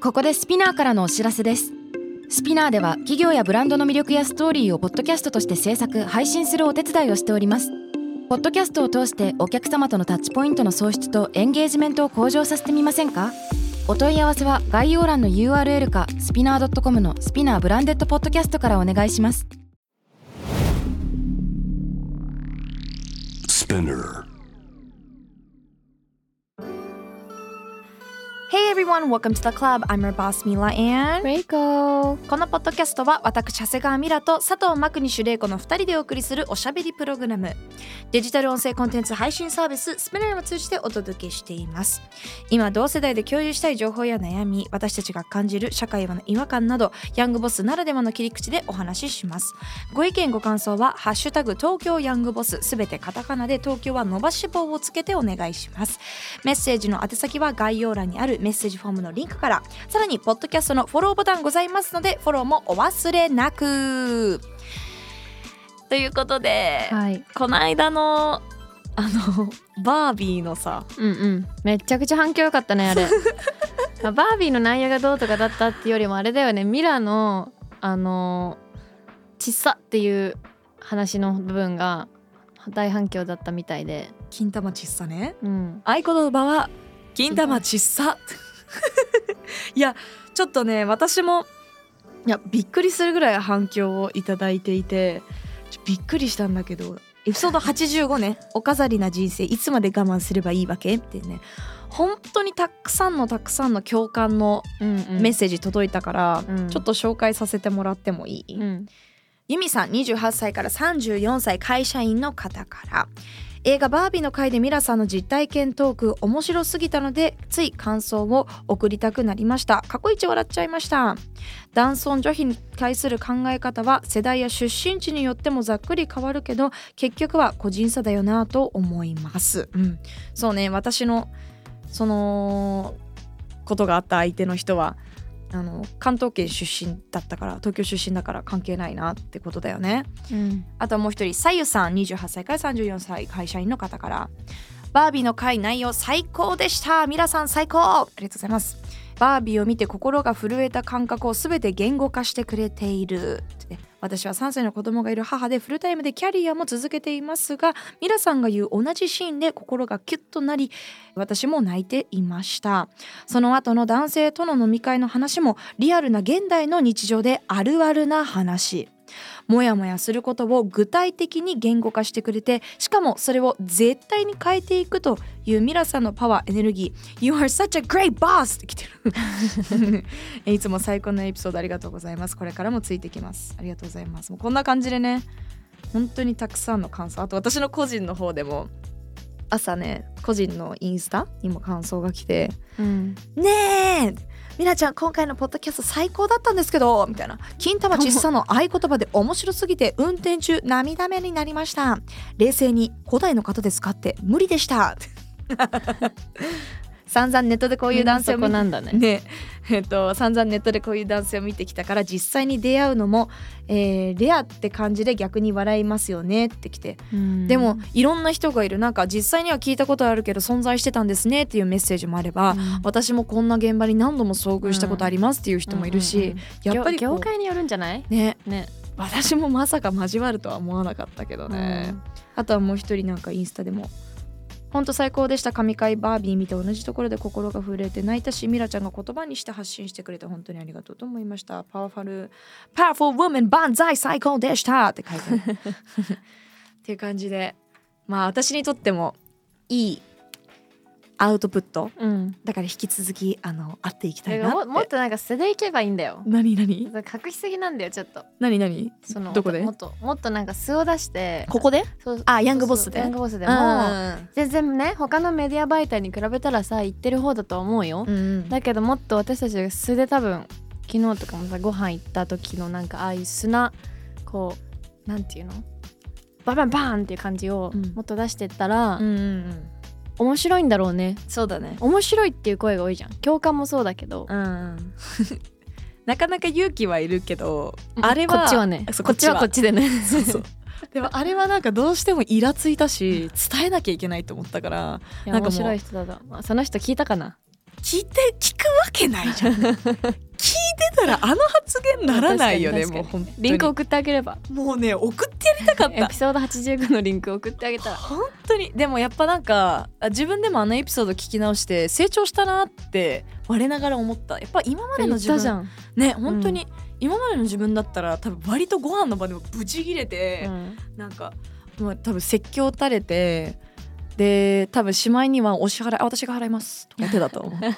ここでスピナーからのお知らせです。スピナーでは企業やブランドの魅力やストーリーをポッドキャストとして制作・配信するお手伝いをしております。ポッドキャストを通してお客様とのタッチポイントの創出とエンゲージメントを向上させてみませんか？お問い合わせは概要欄の URL かスピナー .com のスピナーブランデッドポッドキャストからお願いします。 Hey everyone, welcome to the club. I'm your boss Mila and Reiko。 このポッドキャストは私長谷川ミラと佐藤真国主玲子の2人でお送りするおしゃべりプログラム。デジタル音声コンテンツ配信サービススピナーを通じてお届けしています。今同世代で共有したい情報や悩み、私たちが感じる社会への違和感など、ヤングボスならではの切り口でお話しします。ご意見ご感想はハッシュタグ東京ヤングボス、すべてカタカナで東京は伸ばし棒をつけてお願いします。メッセージの宛先は概要欄にあるメッセージフォームのリンクから、さらにポッドキャストのフォローボタンございますのでフォローもお忘れなく。ということで、 はい、 この間のバービーのさ、 めちゃくちゃ反響良かったねあれバービーの内容がどうとかだったっていうよりもあれだよね、ミラのちっさっていう話の部分が大反響だったみたいで、 金玉ちっさね、合言葉は金玉ちっさいやちょっとね、私もびっくりするぐらい反響をいただいていてびっくりしたんだけど、エピソード85ねお飾りな人生いつまで我慢すればいいわけってね、本当にたくさんの共感のメッセージ届いたから、ちょっと紹介させてもらってもいい？ユミさん28歳から34歳会社員の方から、映画バービーの回でミラさんの実体験トーク面白すぎたのでつい感想を送りたくなりました。過去一笑っちゃいました。男尊女卑に対する考え方は世代や出身地によってもざっくり変わるけど結局は個人差だよなと思います、そうね、私のそのことがあった相手の人は関東圏出身だったから東京出身だから関係ないなってことだよね、あとはもう一人さゆさん28歳から34歳会社員の方から、バービーの回内容最高でした、ミラさん最高、ありがとうございます。バービーを見て心が震えた感覚をすべて言語化してくれている。私は3歳の子供がいる母でフルタイムでキャリアも続けていますが、ミラさんが言う同じシーンで心がキュッとなり私も泣いていました。その後の男性との飲み会の話もリアルな現代の日常であるあるな話、もやもやすることを具体的に言語化してくれて、しかもそれを絶対に変えていくというミラさんのパワーエネルギー You are such a great boss って来てるいつも最高のエピソードありがとうございます。これからもついてきます。ありがとうございます。もうこんな感じでね、本当にたくさんの感想、あと私の個人の方でも朝ね、個人のインスタにも感想が来て、ねえミラちゃん今回のポッドキャスト最高だったんですけどみたいな、金玉ちっさの合言葉で面白すぎて運転中涙目になりました、冷静に古代の方ですかって無理でした散々ネットでこういう男性を見て、散々ネットでこういう男性を見てきたから実際に出会うのも、レアって感じで逆に笑いますよねってきて、でもいろんな人がいる、なんか実際には聞いたことあるけど存在してたんですねっていうメッセージもあれば、私もこんな現場に何度も遭遇したことありますっていう人もいるし、やっぱり業界によるんじゃない？ ね、私もまさか交わるとは思わなかったけどね、あとはもう一人なんかインスタでもほんと最高でした、神回バービー見て同じところで心が震えて泣いたし、ミラちゃんが言葉にして発信してくれて本当にありがとうと思いました。パワフルウォーメン万歳最高でしたって書いてあるっていう感じで、まあ私にとってもいいアウトプット、だから引き続き会っていきたいなって。 もっとなんか素でいけばいいんだよ。 何隠しすぎなんだよちょっと。 何そのどこでもっとなんか素を出して、 ここでヤングボスでも全然ね、他のメディア媒体に比べたらさ言ってる方だと思うよ、だけどもっと私たちが素で多分昨日とかもさご飯行った時のなんかああいう砂こうなんていうのバンバンバーンっていう感じをもっと出してったら、面白いんだろうね。 そうだね、 面白いっていう声が多いじゃん。共感もそうだけど、 なかなか勇気はいるけど、あれはこっちはね、こっちはこっちでねそうでもあれはなんかどうしてもイラついたし伝えなきゃいけないと思ったから、 なんか面白い人だと、その人聞いたかな。 聞くわけないじゃん聞いてたらあの発言ならないよね。もう本当にリンク送ってあげれば、 もうね送ってやりたかったエピソード89のリンク送ってあげたら本当に。でもやっぱなんか自分でもあのエピソード聞き直して成長したなって我ながら思った。やっぱ今までの自分言ったじゃんね本当に、今までの自分だったら多分割とご飯の場でもブチギレて、なんかもう多分説教垂れて、で多分しまいにはお支払い私が払いますとか手だと思う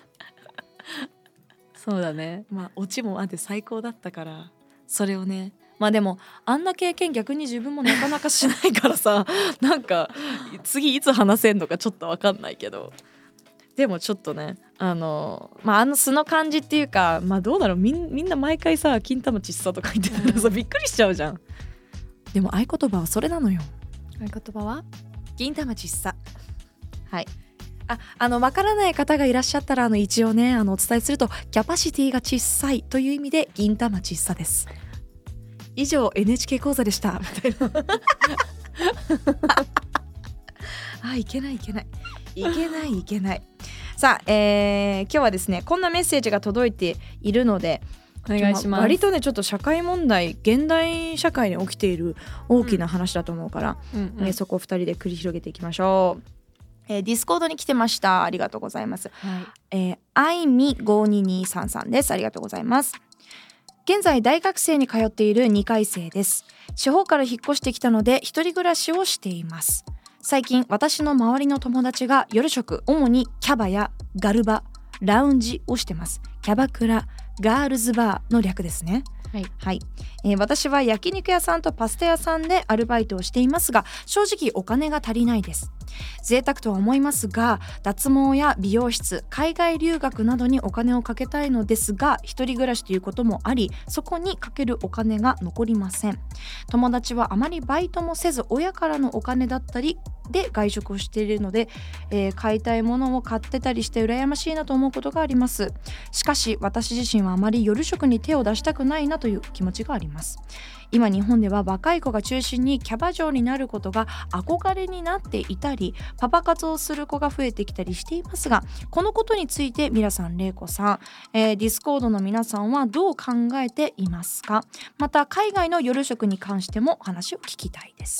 そうだね。 まあオチもあって最高だったからそれをね。まあでもあんな経験逆に自分もなかなかしないからさなんか次いつ話せんのかちょっと分かんないけど、でもちょっとねまああの素の感じっていうか、まあどうだろう、みんな毎回さ金玉ちっさとか言ってたらさ、びっくりしちゃうじゃん。でも合言葉はそれなのよ。 合言葉は金玉ちっさ。はい。わからない方がいらっしゃったら一応ねお伝えするとキャパシティが小さいという意味で銀玉ちっさです。以上 NHK 講座でしたみたいないけないさあ、今日はですねこんなメッセージが届いているのでお願いします。 割とねちょっと社会問題現代社会に起きている大きな話だと思うから、そこを2人で繰り広げていきましょう。ディスコードに来てました。ありがとうございます。あいみ52233さんです。ありがとうございます。現在大学生に通っている2回生です。地方から引っ越してきたので一人暮らしをしています。最近私の周りの友達が夜食主にキャバやガルバ、ラウンジをしてます。キャバクラ、ガールズバーの略ですね。はい。私は焼肉屋さんとパスタ屋さんでアルバイトをしていますが、正直お金が足りないです。贅沢とは思いますが、脱毛や美容室、海外留学などにお金をかけたいのですが、一人暮らしということもあり、そこにかけるお金が残りません。友達はあまりバイトもせず親からのお金だったりで外食をしているので、買いたいものを買ってたりして羨ましいなと思うことがあります。しかし私自身はあまり夜食に手を出したくないなという気持ちがあります。今日本では若い子が中心にキャバ嬢になることが憧れになっていたり、パパ活をする子が増えてきたりしていますが、このことについてミラさん、レイコさん、ディスコードの皆さんはどう考えていますか？また海外の夜食に関しても話を聞きたいです。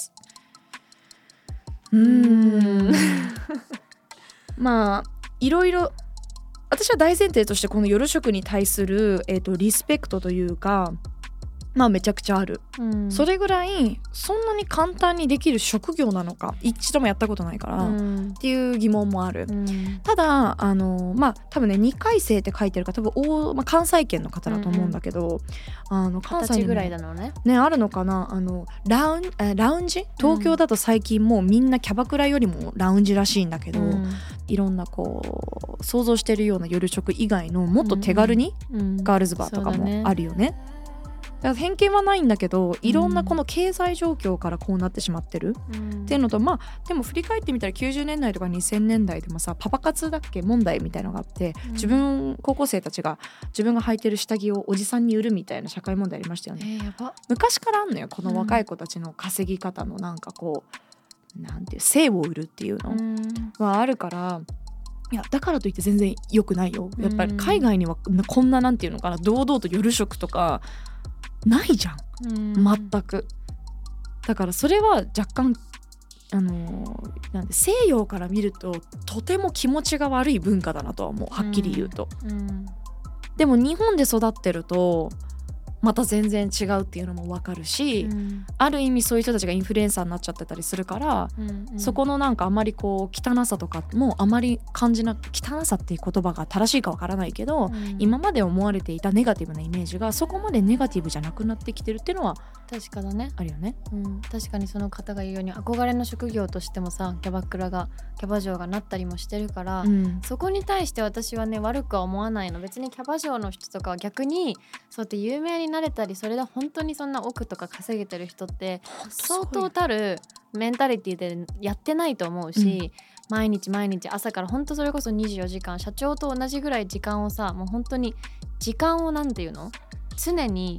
まあいろいろ私は大前提としてこの夜食に対する、リスペクトというか、まあめちゃくちゃある、それぐらいそんなに簡単にできる職業なのか一度もやったことないから、っていう疑問もある、ただまあ多分ね2回生って書いてるから多分関西圏の方だと思うんだけど、関西にもぐらいだろうねあるのかな。ラウンジ東京だと最近もうみんなキャバクラよりもラウンジらしいんだけど、いろんなこう想像してるような夜食以外のもっと手軽にガールズバーとかもあるよね。だから偏見はないんだけど、いろんなこの経済状況からこうなってしまってる、っていうのと、まあでも振り返ってみたら90年代とか2000年代でもさパパ活だっけ問題みたいのがあって、高校生たちが自分が履いてる下着をおじさんに売るみたいな社会問題ありましたよね。 やば。 昔からあんのよこの若い子たちの稼ぎ方のなんかこうなんていう性を売るっていうのはあるから、いやだからといって全然良くないよ。やっぱり海外にはこんななんていうのかな、堂々と夜食とかないじゃん、全く。だからそれは若干なんで西洋から見るととても気持ちが悪い文化だなとは思う、はっきり言うと、でも日本で育ってるとまた全然違うっていうのも分かるし、ある意味そういう人たちがインフルエンサーになっちゃってたりするから、そこのなんかあまりこう汚さとかもあまり感じなく、汚さっていう言葉が正しいか分からないけど、今まで思われていたネガティブなイメージがそこまでネガティブじゃなくなってきてるっていうのは確かだね。 あるよね。 確かにその方が言うように憧れの職業としてもさキャバ嬢がなったりもしてるから、そこに対して私はね悪くは思わないの。別にキャバ嬢の人とかは逆にそうやって有名になれたり、それで本当にそんな億とか稼げてる人って相当たるメンタリティでやってないと思うし、毎日朝から本当それこそ24時間社長と同じぐらい時間をさ、もう本当に時間をなんていうの常に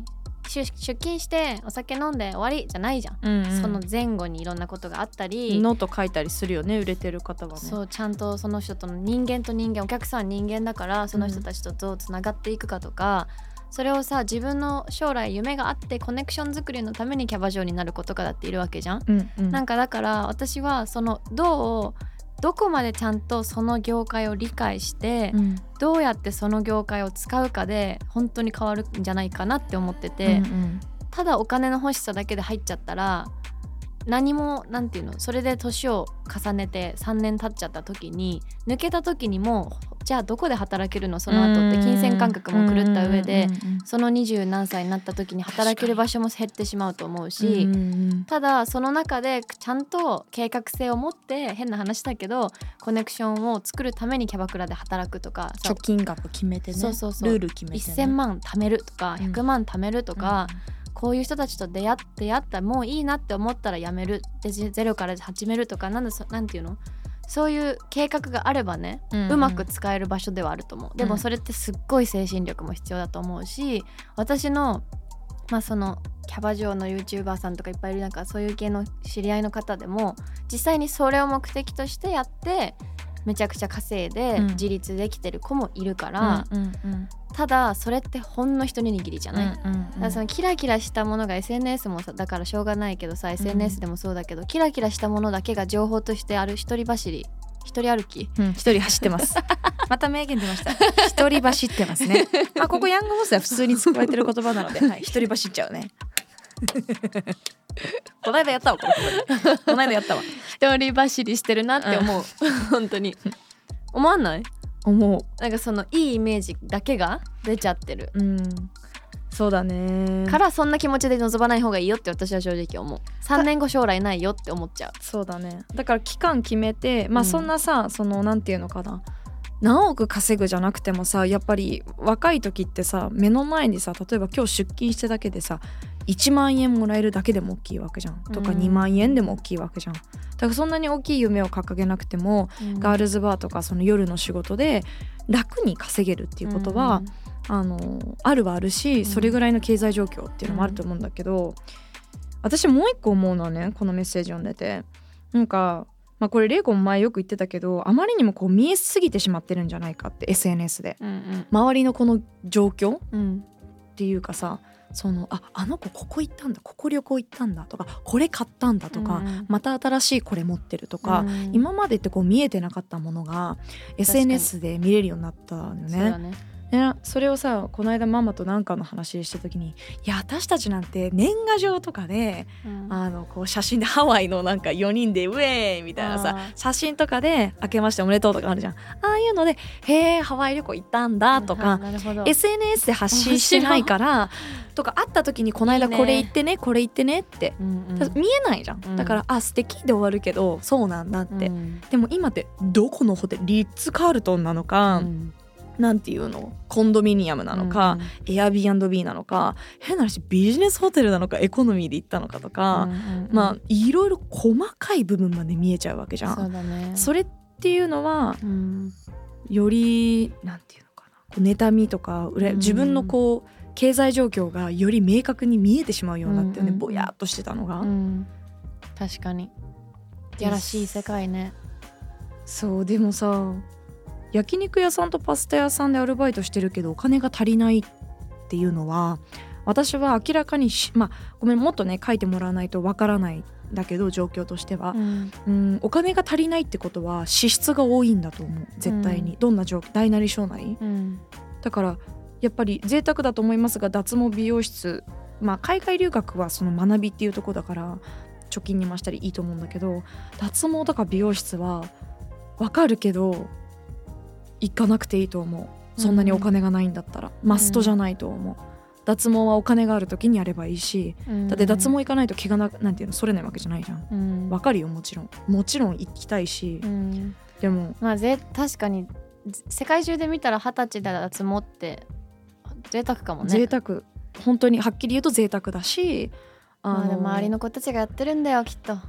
出勤してお酒飲んで終わりじゃないじゃん、 うんうん、 その前後にいろんなことがあったりノート書いたりするよね、売れてる方はね。 そうちゃんとその人との人間と人間、お客さんは人間だからその人たちとどうつながっていくかとか、それをさ自分の将来夢があってコネクション作りのためにキャバ嬢になる子とかだっているわけじゃん、 うんうん、 なんかだから私はそのどこまでちゃんとその業界を理解して、 うん、 どうやってその業界を使うかで本当に変わるんじゃないかなって思ってて、 うんうん、 ただお金の欲しさだけで入っちゃったら何もなんていうの、それで年を重ねて3年経っちゃった時に抜けた時にもじゃあどこで働けるのその後って金銭感覚も狂った上でその20何歳になった時に働ける場所も減ってしまうと思うし、ただその中でちゃんと計画性を持って変な話だけどコネクションを作るためにキャバクラで働くとか、 貯金額決めてね、 そうそうルール決めてね、 1000万貯めるとか100万貯めるとか、こういう人たちと出会ったもういいなって思ったらやめるでゼロから始めるとかなんていうの、そういう計画があればね、うまく使える場所ではあると思う。でもそれってすっごい精神力も必要だと思うし、私のそのキャバ嬢の YouTuber さんとかいっぱいいる中、そういう系の知り合いの方でも実際にそれを目的としてやってめちゃくちゃ稼いで自立できてる子もいるから、ただそれってほんの一握りじゃない、だからそのキラキラしたものが SNS もさだからしょうがないけどさ、SNS でもそうだけどキラキラしたものだけが情報としてある一人歩き、 一人走ってますまた名言出ました一人走ってますねここヤングボスは普通に使われてる言葉なので、はい、一人走っちゃうねこの間やったわこの間やったわ一人走りしてるなって思う本当に思わない？ 思う。 なんかそのいいイメージだけが出ちゃってる、 そうだねからそんな気持ちで臨まない方がいいよって私は正直思う。3年後将来ないよって思っちゃう。 そうだね、だから期間決めてそんなさ、そのなんていうのかな、何億稼ぐじゃなくてもさ、やっぱり若い時ってさ、目の前にさ、例えば今日出勤してだけでさ1万円もらえるだけでも大きいわけじゃん、とか2万円でも大きいわけじゃん。だからそんなに大きい夢を掲げなくても、ガールズバーとかその夜の仕事で楽に稼げるっていうことは、あるはあるし、それぐらいの経済状況っていうのもあると思うんだけど、私もう一個思うのはね、このメッセージ読んでて、なんかこれレイコも前よく言ってたけど、あまりにもこう見えすぎてしまってるんじゃないかって SNS で、周りのこの状況、っていうかさ、そのあの子ここ行ったんだ、ここ旅行行ったんだとか、これ買ったんだとか、また新しいこれ持ってるとか、今までってこう見えてなかったものが SNS で見れるようになったよね。そうだね。それをさ、この間ママとなんかの話した時に、いや私たちなんて年賀状とかで、こう写真でハワイのなんか4人でウェーイみたいなさ写真とかで明けましておめでとうとかあるじゃん。ああいうのでへーハワイ旅行行ったんだとか、SNS で発信してないからとか、会った時にこの間これ言ってねこれ言ってねって、見えないじゃん。だから素敵で終わるけどそうなんだって、でも今ってどこのホテル、リッツカールトンなのか、なんていうの、コンドミニアムなのか、エアビー&ビーなのか、変な話ビジネスホテルなのか、エコノミーで行ったのかとか、いろいろ細かい部分まで見えちゃうわけじゃん。そうだね。それっていうのは、よりなんていうのかな、こう妬みとか自分のこう経済状況がより明確に見えてしまうようになってね、ぼやっとしてたのが、 確かにやらしい世界ね。 そう、でもさ、焼肉屋さんとパスタ屋さんでアルバイトしてるけどお金が足りないっていうのは、私は明らかにごめん、もっとね書いてもらわないとわからないんだけど、状況としては、お金が足りないってことは支出が多いんだと思う、絶対に、どんな状況、大なり小なり、だからやっぱり贅沢だと思いますが、脱毛美容室、海外留学はその学びっていうところだから貯金に増したりいいと思うんだけど、脱毛とか美容室はわかるけど行かなくていいと思う。そんなにお金がないんだったら、マストじゃないと思う。脱毛はお金がある時にやればいいし、だって脱毛行かないと毛がなんていうの、それないわけじゃないじゃん。わかるよ、もちろん行きたいし、でも確かに世界中で見たら20歳で脱毛って贅沢かもね。 贅沢、本当にはっきり言うと贅沢だし、 でも周りの子たちがやってるんだよきっと。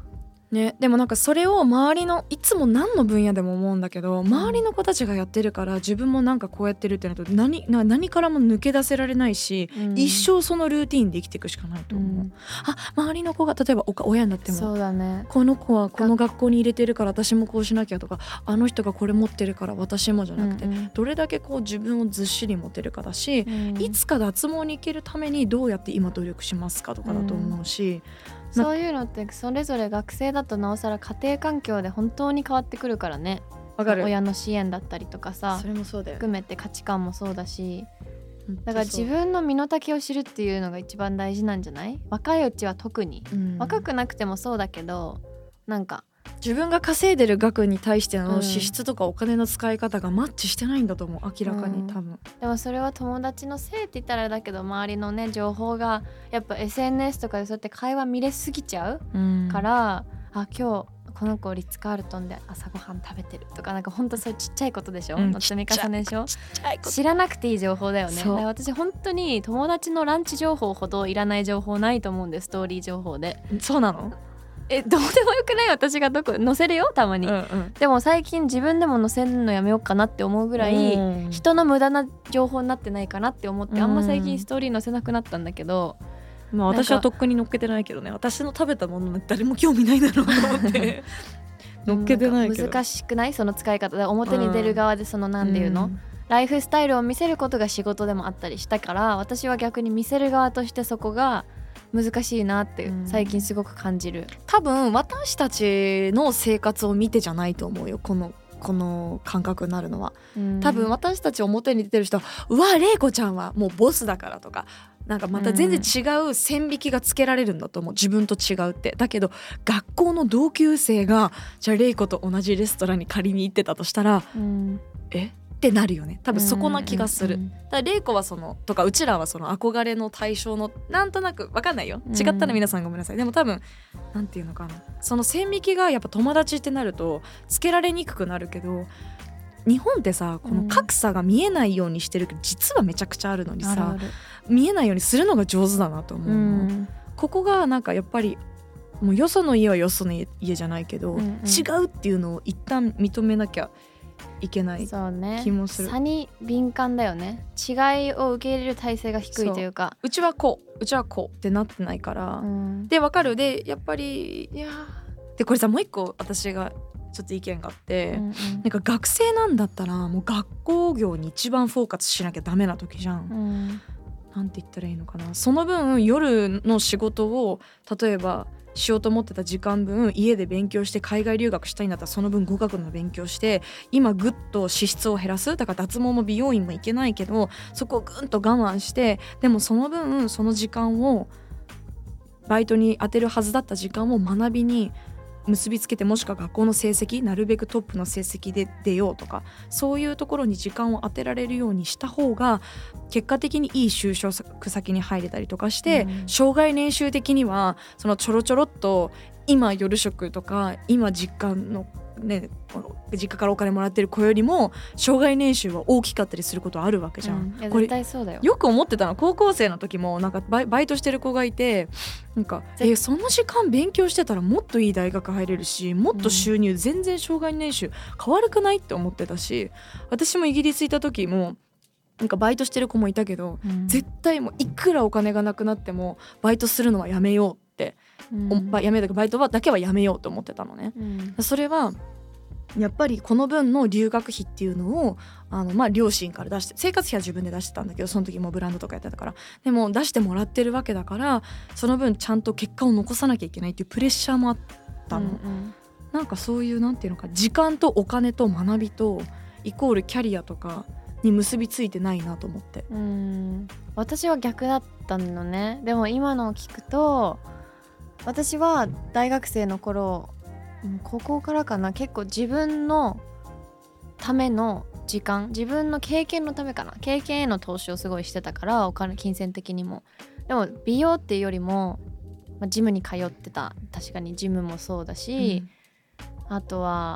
ね、でもなんかそれを周りのいつも何の分野でも思うんだけど、周りの子たちがやってるから自分もなんかこうやってるってなると何からも抜け出せられないし、一生そのルーティンで生きていくしかないと思う、周りの子が例えば親になってもそうだね、 この子はこの学校に入れてるから私もこうしなきゃとか、あの人がこれ持ってるから私もじゃなくて、どれだけこう自分をずっしり持てるかだし、いつか脱毛に行けるためにどうやって今努力しますかとかだと思うし、 そういうのってそれぞれ学生だとなおさら家庭環境で本当に変わってくるからね。 わかる。 親の支援だったりとかさ、 それもそうだよ、 含めて価値観もそうだし、だから自分の身の丈を知るっていうのが一番大事なんじゃない？若いうちは特に、若くなくてもそうだけど、なんか自分が稼いでる額に対しての支出とかお金の使い方がマッチしてないんだと思う、明らかに多分、 でもそれは友達のせいって言ったらあれだけど、周りのね情報がやっぱ SNS とかでそうやって会話見れすぎちゃうから、あ、今日この子リッツカールトンで朝ごはん食べてるとか、なんかほんとそういうちっちゃいことでしょ、の積み重ねでしょ、知らなくていい情報だよね。だから私本当に友達のランチ情報ほどいらない情報ないと思うんで、ストーリー情報で。 そうなの？ どうでもよくない？私がどこ載せるよたまに、でも最近自分でも載せるのやめようかなって思うぐらい、人の無駄な情報になってないかなって思って、あんま最近ストーリー載せなくなったんだけど、 まあ私はとっくに載っけてないけどね、私の食べたもの誰も興味ないだろうと思って載っけてないけど、 難しくない？その使い方で表に出る側でそのなんていうの、ライフスタイルを見せることが仕事でもあったりしたから、私は逆に見せる側としてそこが難しいなって最近すごく感じる。 多分私たちの生活を見てじゃないと思うよ、この感覚になるのは。多分私たち表に出てる人は、うわ玲子ちゃんはもうボスだからとか、なんかまた全然違う線引きがつけられるんだと思う、自分と違うって。だけど学校の同級生がじゃあ玲子と同じレストランに仮に行ってたとしたら、ってなるよね、多分そこな気がする。だから玲子はそのとかうちらはその憧れの対象のなんとなく分かんないよ、違ったら皆さんごめんなさい、でも多分なんていうのかな、その線引きがやっぱ友達ってなるとつけられにくくなるけど、日本ってさこの格差が見えないようにしてるけど、実はめちゃくちゃあるのにさ、見えないようにするのが上手だなと思う、ここがなんかやっぱりもうよその家はよその家じゃないけど、違うっていうのを一旦認めなきゃいけない気もする。 差に敏感だよね。違いを受け入れる体制が低いというか、 うちはこうってなってないから、で分かる。でやっぱりでこれさ、もう一個私がちょっと意見があって、なんか学生なんだったらもう学校業に一番フォーカスしなきゃダメな時じゃん、なんて言ったらいいのかな、その分夜の仕事を例えばしようと思ってた時間分家で勉強して海外留学したいんだったらその分語学の勉強して、今ぐっと支出を減らす。だから脱毛も美容院も行けないけどそこをぐんと我慢して、でもその分その時間をバイトに当てるはずだった時間を学びに結びつけて、もしくは学校の成績なるべくトップの成績で出ようとか、そういうところに時間を当てられるようにした方が結果的にいい就職先に入れたりとかして、生涯年収的にはそのちょろちょろっと今夜職とか今実家のね、実家からお金もらってる子よりも生涯年収は大きかったりすることあるわけじゃん、 これ絶対そうだよ。 よく思ってたの、高校生の時もなんかバイトしてる子がいて、なんかその時間勉強してたらもっといい大学入れるし、もっと収入全然生涯年収変わるくないって思ってたし、私もイギリス行った時もなんかバイトしてる子もいたけど、絶対もういくらお金がなくなってもバイトするのはやめようって、バイトだけはやめようと思ってたのね、それはやっぱりこの分の留学費っていうのを両親から出して、生活費は自分で出してたんだけど、その時もブランドとかやってたから、でも出してもらってるわけだから、その分ちゃんと結果を残さなきゃいけないっていうプレッシャーもあったの、なんかそういうなんていうのか、時間とお金と学びとイコールキャリアとかに結びついてないなと思って。 私は逆だったのね。でも今のを聞くと、私は大学生の頃、高校からかな、結構自分のための時間、自分の経験のためかな、経験への投資をすごいしてたから、お金金銭的にも。でも美容っていうよりも、ジムに通ってた。確かにジムもそうだし、あとは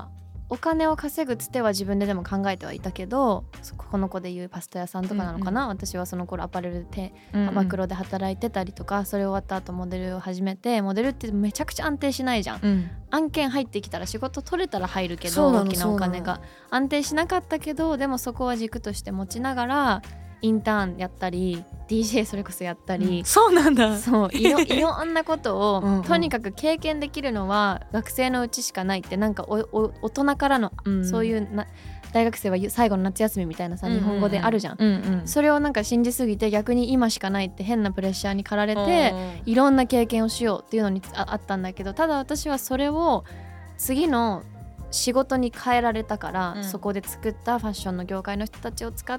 お金を稼ぐつては自分でも考えてはいたけど、この子でいうパスタ屋さんとかなのかな、私はその頃アパレルで幅黒で働いてたりとか、それ終わった後モデルを始めて、モデルってめちゃくちゃ安定しないじゃん、案件入ってきたら仕事取れたら入るけど、大きなお金が安定しなかったけど、でもそこは軸として持ちながらインターンやったり DJ それこそやったり、 そうなんだ。 そういろんなことをとにかく経験できるのは学生のうちしかないって、なんか大人からの、そういう大学生は最後の夏休みみたいなさ、日本語であるじゃん、それをなんか信じすぎて逆に今しかないって変なプレッシャーに駆られて、いろんな経験をしようっていうのに あったんだけど、ただ私はそれを次の仕事に変えられたから、そこで作ったファッションの業界の人たちを使って、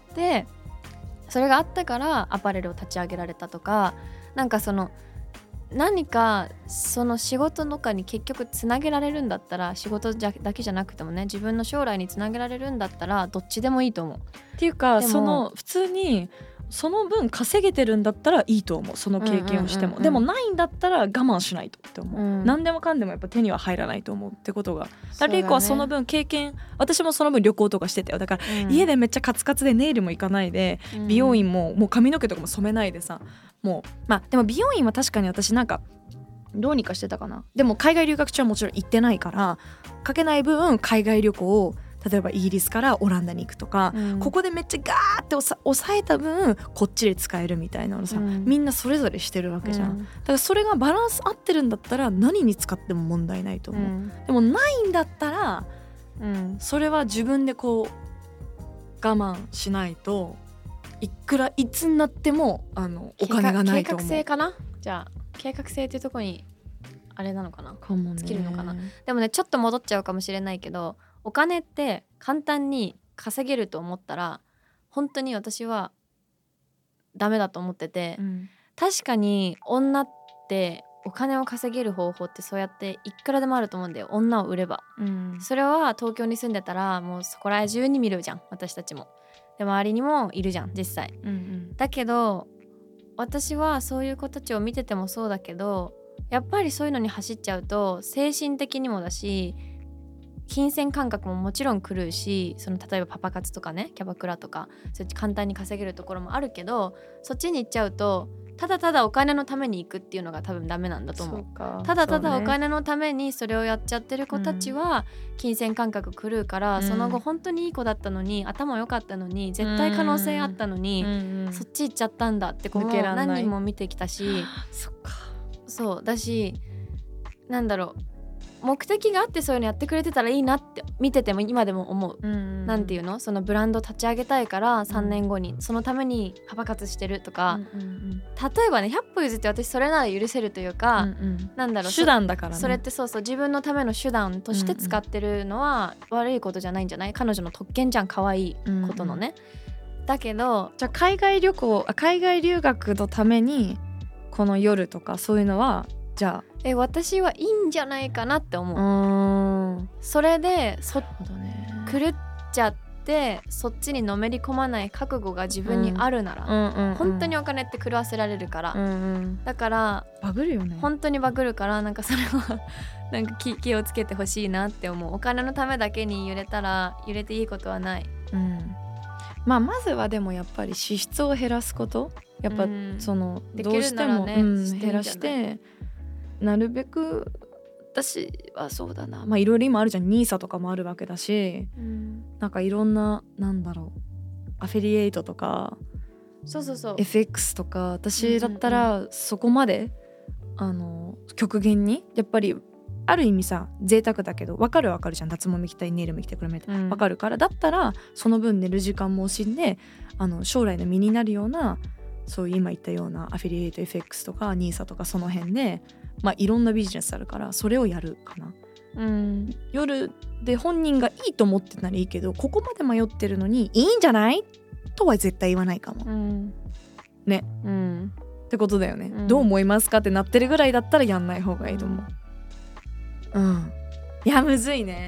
それがあったからアパレルを立ち上げられたとか、なんかその何かその仕事とかに結局つなげられるんだったら、仕事だけじゃなくてもね、自分の将来につなげられるんだったらどっちでもいいと思う。 っていうか、その普通にその分稼げてるんだったらいいと思う、その経験をしても、でもないんだったら我慢しないとって思う、何でもかんでもやっぱ手には入らないと思うってことが、玲子はその分経験、私もその分旅行とかしてたよ。だから、家でめっちゃカツカツでネイルも行かないで、美容院ももう髪の毛とかも染めないでさ、もうまあでも美容院は確かに私なんかどうにかしてたかな。でも海外留学中はもちろん行ってないから、かけない分海外旅行を例えばイギリスからオランダに行くとか、ここでめっちゃガーって抑えた分こっちで使えるみたいなのさ、みんなそれぞれしてるわけじゃん、だからそれがバランス合ってるんだったら何に使っても問題ないと思う、でもないんだったら、それは自分でこう我慢しないと、いくらいつになってもお金がないと思う。 計画性かな。じゃあ計画性っていうところにあれなのかな、尽きるのかな。でもね、ちょっと戻っちゃうかもしれないけど、お金って簡単に稼げると思ったら本当に私はダメだと思ってて、確かに女ってお金を稼げる方法ってそうやっていくらでもあると思うんだよ、女を売れば、それは東京に住んでたらもうそこら中に見るじゃん、私たちも。で周りにもいるじゃん実際、だけど私はそういう子たちを見ててもそうだけど、やっぱりそういうのに走っちゃうと精神的にもだし、金銭感覚ももちろん狂うし、その例えばパパ活とかね、キャバクラとかそっち簡単に稼げるところもあるけど、そっちに行っちゃうとただただお金のために行くっていうのが多分ダメなんだと思う。ただただお金のためにそれをやっちゃってる子たちは金銭感覚狂うから、その後本当にいい子だったのに、頭良かったのに、絶対可能性あったのに、そっち行っちゃったんだって子も何人も見てきたし、そうだし、なんだろう、目的があってそういうのやってくれてたらいいなって見てても今でも思う、なんていうの、そのブランド立ち上げたいから3年後にそのためにパパ活してるとか、例えばね、100歩譲って私それなら許せるというか、なんだろう、 手段だからね。 それってそうそう自分のための手段として使ってるのは悪いことじゃないんじゃない、彼女の特権じゃん、可愛いことのね、だけどじゃあ海外留学のためにこの夜とかそういうのはじゃあ私はいいんじゃないかなって思う。それで狂っちゃってそっちにのめり込まない覚悟が自分にあるなら、本当にお金って狂わせられるから、だからバグるよね、 本当にバグるから、なんかそれはなんか気をつけてほしいなって思う。お金のためだけに揺れたら揺れていいことはない、 まずはでもやっぱり支出を減らすこと、やっぱそのどうしても減らして、なるべく私はそうだな、いろいろ今あるじゃん、NISAとかもあるわけだし、なんかいろんな、なんだろう、アフィリエイトとかFX とか、私だったらそこまで極限にやっぱりある意味さ、贅沢だけど分かるじゃん、脱毛も行きたい、ネイルも行きたい、これも行きたい、分かるから、だったらその分寝る時間も惜しんで将来の身になるような、そういう今言ったようなアフィリエイト FX とか NISA とかその辺で、いろんなビジネスあるからそれをやるかな、夜で本人がいいと思ってたらいいけど、ここまで迷ってるのにいいんじゃないとは絶対言わないかも、ね、ってことだよね、どう思いますかってなってるぐらいだったらやんない方がいいと思う、いやむずいね。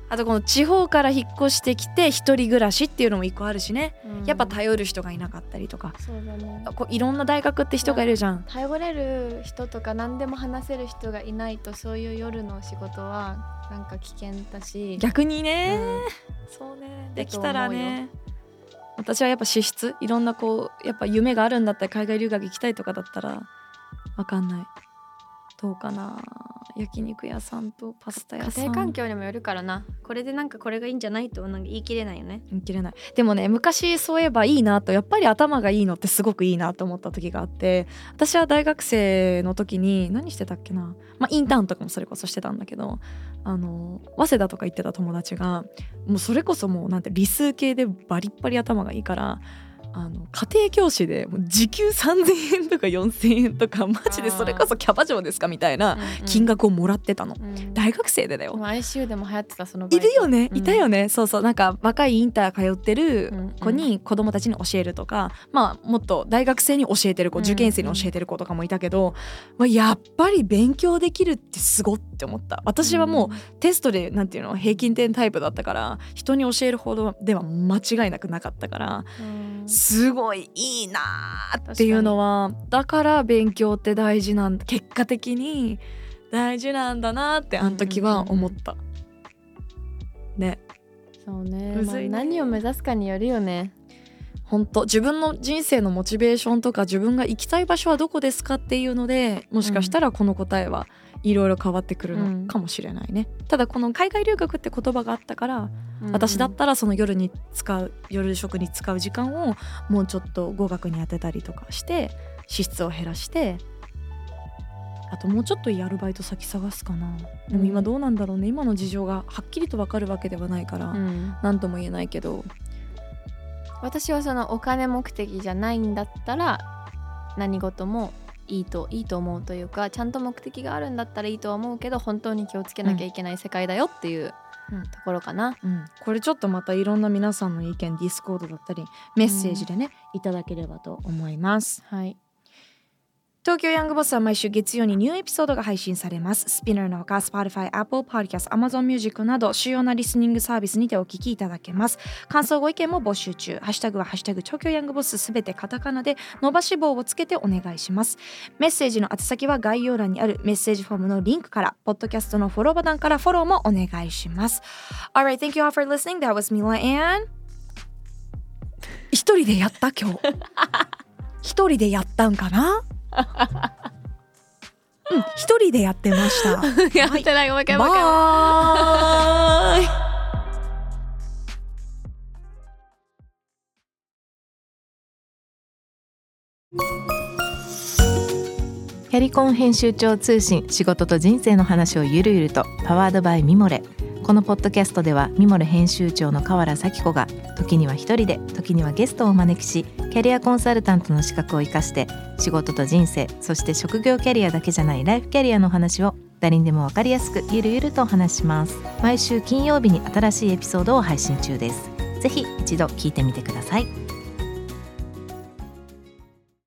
あとこの地方から引っ越してきて一人暮らしっていうのも一個あるしね、やっぱ頼る人がいなかったりとか、 そうだね、 こういろんな大学って人がいるじゃん。 頼れる人とか何でも話せる人がいないと、そういう夜の仕事はなんか危険だし、 逆にね、そうね、できたらね。私はやっぱ資質、いろんなこうやっぱ夢があるんだったら海外留学行きたいとかだったらわかんない、どうかな、焼肉屋さんとパスタ屋さん、 家庭環境にもよるからな。これでなんかこれがいいんじゃないとなんか言い切れないよね。 言い切れない。でもね、昔そういえばいいなと、やっぱり頭がいいのってすごくいいなと思った時があって、私は大学生の時に何してたっけな、インターンとかもそれこそしてたんだけど、早稲田とか行ってた友達がもうそれこそもうなんて理数系でバリッバリ頭がいいから、家庭教師でもう時給3000円とか4000円とかマジでそれこそキャバ嬢ですかみたいな金額をもらってたの、大学生でだよ。 ICU でも流行ってたそのバイトいるよね、いたよね、そうそう、なんか若いインター通ってる子に子供たちに教えるとか、もっと大学生に教えてる子、受験生に教えてる子とかもいたけど、やっぱり勉強できるってすごって思った。私はもうテストでなんていうの平均点タイプだったから、人に教えるほどでは間違いなくなかったから、すごいいいなっていうのは、だから勉強って大事なんだ、結果的に大事なんだなってあの時は思った、ね。 そうね、 むずいね、 何を目指すかによるよね。 本当自分の人生のモチベーションとか、自分が行きたい場所はどこですかっていうので、もしかしたらこの答えはいろいろ変わってくるのかもしれないね、ただこの海外留学って言葉があったから、私だったらその夜食に使う時間をもうちょっと語学に当てたりとかして支出を減らして、あともうちょっといいアルバイト先探すかな。でも今どうなんだろうね、今の事情がはっきりと分かるわけではないから、何とも言えないけど、 私はそのお金目的じゃないんだったら何事もいいと思うというか、ちゃんと目的があるんだったらいいとは思うけど、本当に気をつけなきゃいけない世界だよっていうところかな、 これちょっとまたいろんな皆さんの意見、ディスコードだったりメッセージでね、いただければと思います。 はい。 東京ヤングボスは毎週月曜にニューエピソードが配信されます。スピナーのほか Spotify、Apple Podcast、Amazon Music など主要なリスニングサービスにてお聞きいただけます。感想ご意見も募集中。ハッシュタグはハッシュタグ東京ヤングボス、すべてカタカナで伸ばし棒をつけてお願いします。メッセージの宛先は概要欄にあるメッセージフォームのリンクから、ポッドキャストのフォローボタンからフォローもお願いします。Alright, thank you all for listening. That was Mila and 一人でやった今日一人でやったんかな一人でやってましたやってない、もう一回バイキャリコン編集長通信、仕事と人生の話をゆるゆると、パワードバイミモレ。このポッドキャストではミモレ編集長の河原咲子が時には一人で、時にはゲストをお招きし、キャリアコンサルタントの資格を生かして仕事と人生、そして職業キャリアだけじゃないライフキャリアの話を誰にでも分かりやすくゆるゆるとお話します。毎週金曜日に新しいエピソードを配信中です。ぜひ一度聞いてみてください。